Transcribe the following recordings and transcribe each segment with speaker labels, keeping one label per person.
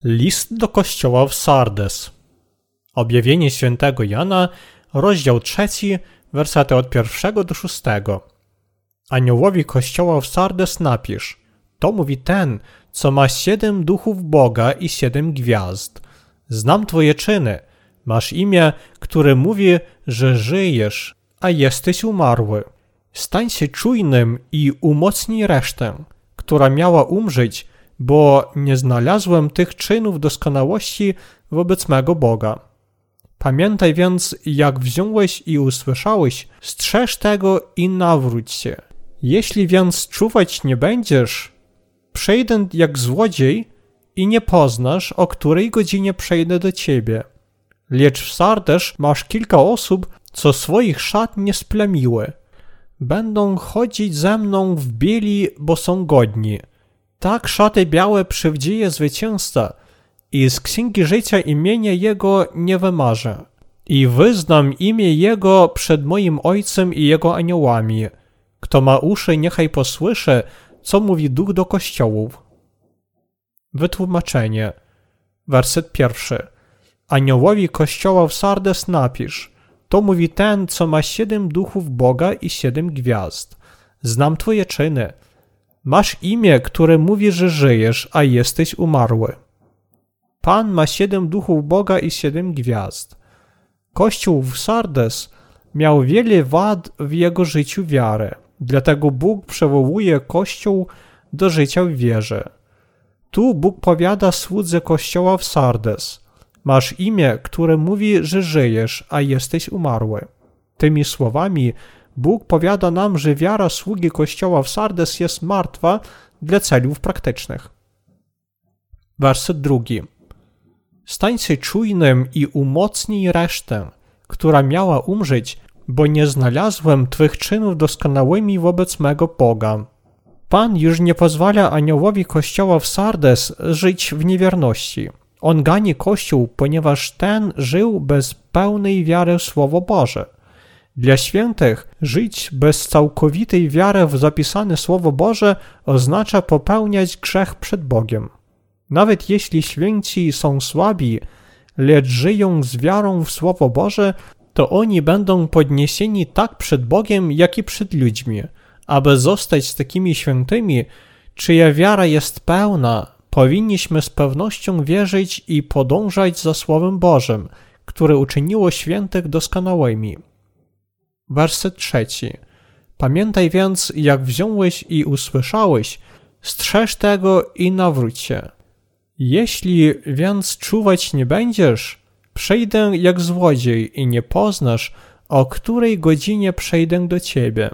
Speaker 1: List do kościoła w Sardes. Objawienie świętego Jana, rozdział 3, wersety od 1 do 6. Aniołowi kościoła w Sardes napisz: to mówi ten, co ma 7 duchów Boga i 7 gwiazd. Znam twoje czyny. Masz imię, które mówi, że żyjesz, a jesteś umarły. Stań się czujnym i umocnij resztę, która miała umrzeć, bo nie znalazłem tych czynów doskonałości wobec mego Boga. Pamiętaj więc, jak wziąłeś i usłyszałeś, strzeż tego i nawróć się. Jeśli więc czuwać nie będziesz, przejdę jak złodziej i nie poznasz, o której godzinie przejdę do ciebie. Lecz w Sardesz masz kilka osób, co swoich szat nie splamiły. Będą chodzić ze mną w bieli, bo są godni. Tak szaty białe przywdzieje zwycięzca i z księgi życia imienia Jego nie wymarzę. I wyznam imię Jego przed moim Ojcem i Jego aniołami. Kto ma uszy, niechaj posłyszy, co mówi Duch do kościołów. Wytłumaczenie. Werset 1. Aniołowi kościoła w Sardes napisz: to mówi ten, co ma 7 duchów Boga i 7 gwiazd. Znam twoje czyny. Masz imię, które mówi, że żyjesz, a jesteś umarły. Pan ma 7 duchów Boga i 7 gwiazd. Kościół w Sardes miał wiele wad w jego życiu wiary, dlatego Bóg przywołuje Kościół do życia w wierze. Tu Bóg powiada słudze Kościoła w Sardes: masz imię, które mówi, że żyjesz, a jesteś umarły. Tymi słowami Bóg powiada nam, że wiara sługi Kościoła w Sardes jest martwa dla celów praktycznych. Werset 2. Stań się czujnym i umocnij resztę, która miała umrzeć, bo nie znalazłem twych czynów doskonałymi wobec mego Boga. Pan już nie pozwala aniołowi Kościoła w Sardes żyć w niewierności. On gani Kościół, ponieważ ten żył bez pełnej wiary w Słowo Boże. Dla świętych żyć bez całkowitej wiary w zapisane Słowo Boże oznacza popełniać grzech przed Bogiem. Nawet jeśli święci są słabi, lecz żyją z wiarą w Słowo Boże, to oni będą podniesieni tak przed Bogiem, jak i przed ludźmi. Aby zostać takimi świętymi, czyja wiara jest pełna, powinniśmy z pewnością wierzyć i podążać za Słowem Bożym, które uczyniło świętych doskonałymi. Werset 3. Pamiętaj więc, jak wziąłeś i usłyszałeś, strzeż tego i nawróć się. Jeśli więc czuwać nie będziesz, przejdę jak złodziej i nie poznasz, o której godzinie przejdę do ciebie.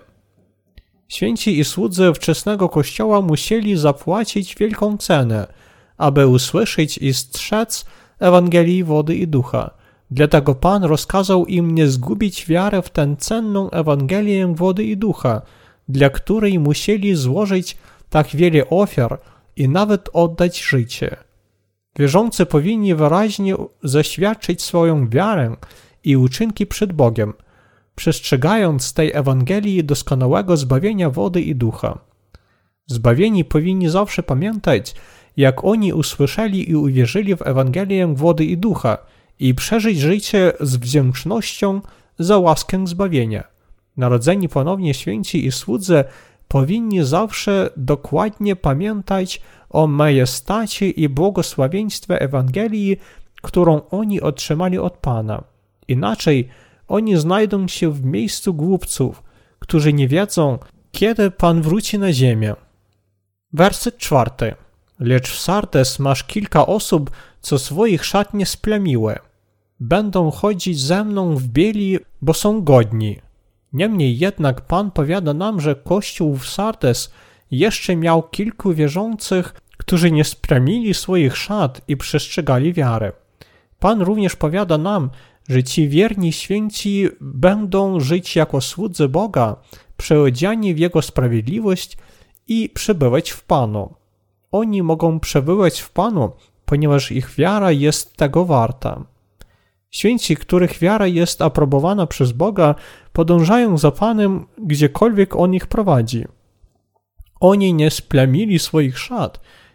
Speaker 1: Święci i słudzy wczesnego Kościoła musieli zapłacić wielką cenę, aby usłyszeć i strzec Ewangelii wody i ducha. Dlatego Pan rozkazał im nie zgubić wiary w tę cenną Ewangelię wody i ducha, dla której musieli złożyć tak wiele ofiar i nawet oddać życie. Wierzący powinni wyraźnie zaświadczyć swoją wiarę i uczynki przed Bogiem, przestrzegając tej Ewangelii doskonałego zbawienia wody i ducha. Zbawieni powinni zawsze pamiętać, jak oni usłyszeli i uwierzyli w Ewangelię wody i ducha i przeżyć życie z wdzięcznością za łaskę zbawienia. Narodzeni ponownie święci i słudzy powinni zawsze dokładnie pamiętać o majestacie i błogosławieństwie Ewangelii, którą oni otrzymali od Pana. Inaczej oni znajdą się w miejscu głupców, którzy nie wiedzą, kiedy Pan wróci na ziemię. Werset 4. Lecz w Sardes masz kilka osób, co swoich szat nie splamiły. Będą chodzić ze mną w bieli, bo są godni. Niemniej jednak Pan powiada nam, że Kościół w Sardes jeszcze miał kilku wierzących, którzy nie splamili swoich szat i przestrzegali wiary. Pan również powiada nam, że ci wierni święci będą żyć jako słudzy Boga, przeodziani w Jego sprawiedliwość i przebywać w Panu. Oni mogą przebywać w Panu, ponieważ ich wiara jest tego warta. Święci, których wiara jest aprobowana przez Boga, podążają za Panem, gdziekolwiek On ich prowadzi. Oni nie splamili swoich szat,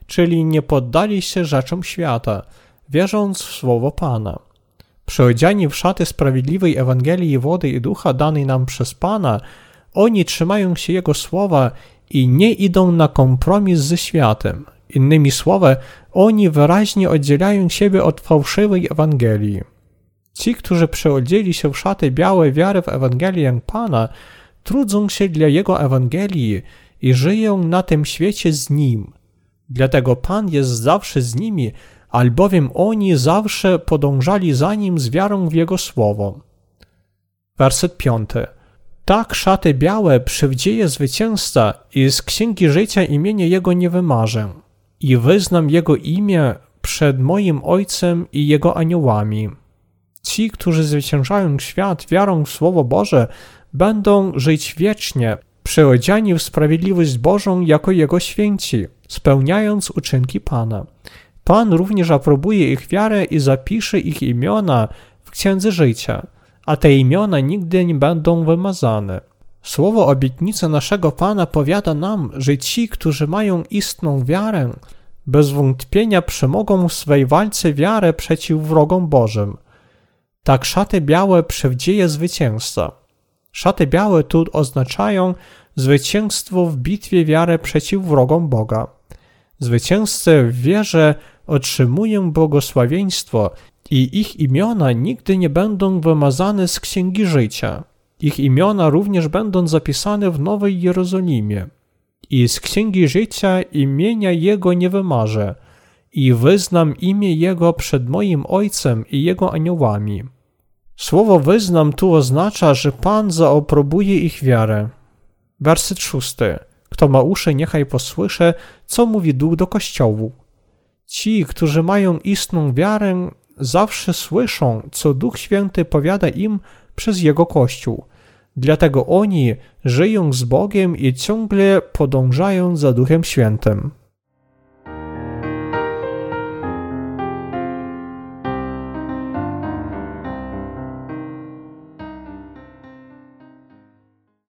Speaker 1: czyli nie poddali się rzeczom świata, wierząc w słowo Pana. Przyodziani w szaty sprawiedliwej Ewangelii wody i ducha danej nam przez Pana, oni trzymają się Jego słowa i nie idą na kompromis ze światem. Innymi słowy, oni wyraźnie oddzielają siebie od fałszywej Ewangelii. Ci, którzy przyodzieli się w szaty białe wiary w Ewangelię Pana, trudzą się dla Jego Ewangelii i żyją na tym świecie z Nim. Dlatego Pan jest zawsze z nimi, albowiem oni zawsze podążali za Nim z wiarą w Jego słowo. Werset 5. Tak szaty białe przywdzieje zwycięzca i z księgi życia imienia Jego nie wymarzę. I wyznam Jego imię przed moim Ojcem i Jego aniołami. Ci, którzy zwyciężają świat wiarą w Słowo Boże, będą żyć wiecznie, przyodziani w sprawiedliwość Bożą jako Jego święci, spełniając uczynki Pana. Pan również aprobuje ich wiarę i zapisze ich imiona w Księdze Życia, a te imiona nigdy nie będą wymazane. Słowo obietnicy naszego Pana powiada nam, że ci, którzy mają istną wiarę, bez wątpienia przemogą w swej walce wiarę przeciw wrogom Bożym. Tak szaty białe przywdzieje zwycięzca. Szaty białe tu oznaczają zwycięstwo w bitwie wiarę przeciw wrogom Boga. Zwycięzcy w wierze otrzymują błogosławieństwo i ich imiona nigdy nie będą wymazane z Księgi Życia. Ich imiona również będą zapisane w Nowej Jerozolimie. I z Księgi Życia imienia Jego nie wymarzę i wyznam imię Jego przed moim Ojcem i Jego aniołami. Słowo wyznam tu oznacza, że Pan zaaprobuje ich wiarę. Werset 6. Kto ma uszy, niechaj posłyszy, co mówi Duch do Kościołów. Ci, którzy mają istną wiarę, zawsze słyszą, co Duch Święty powiada im przez Jego Kościół. Dlatego oni żyją z Bogiem i ciągle podążają za Duchem Świętym.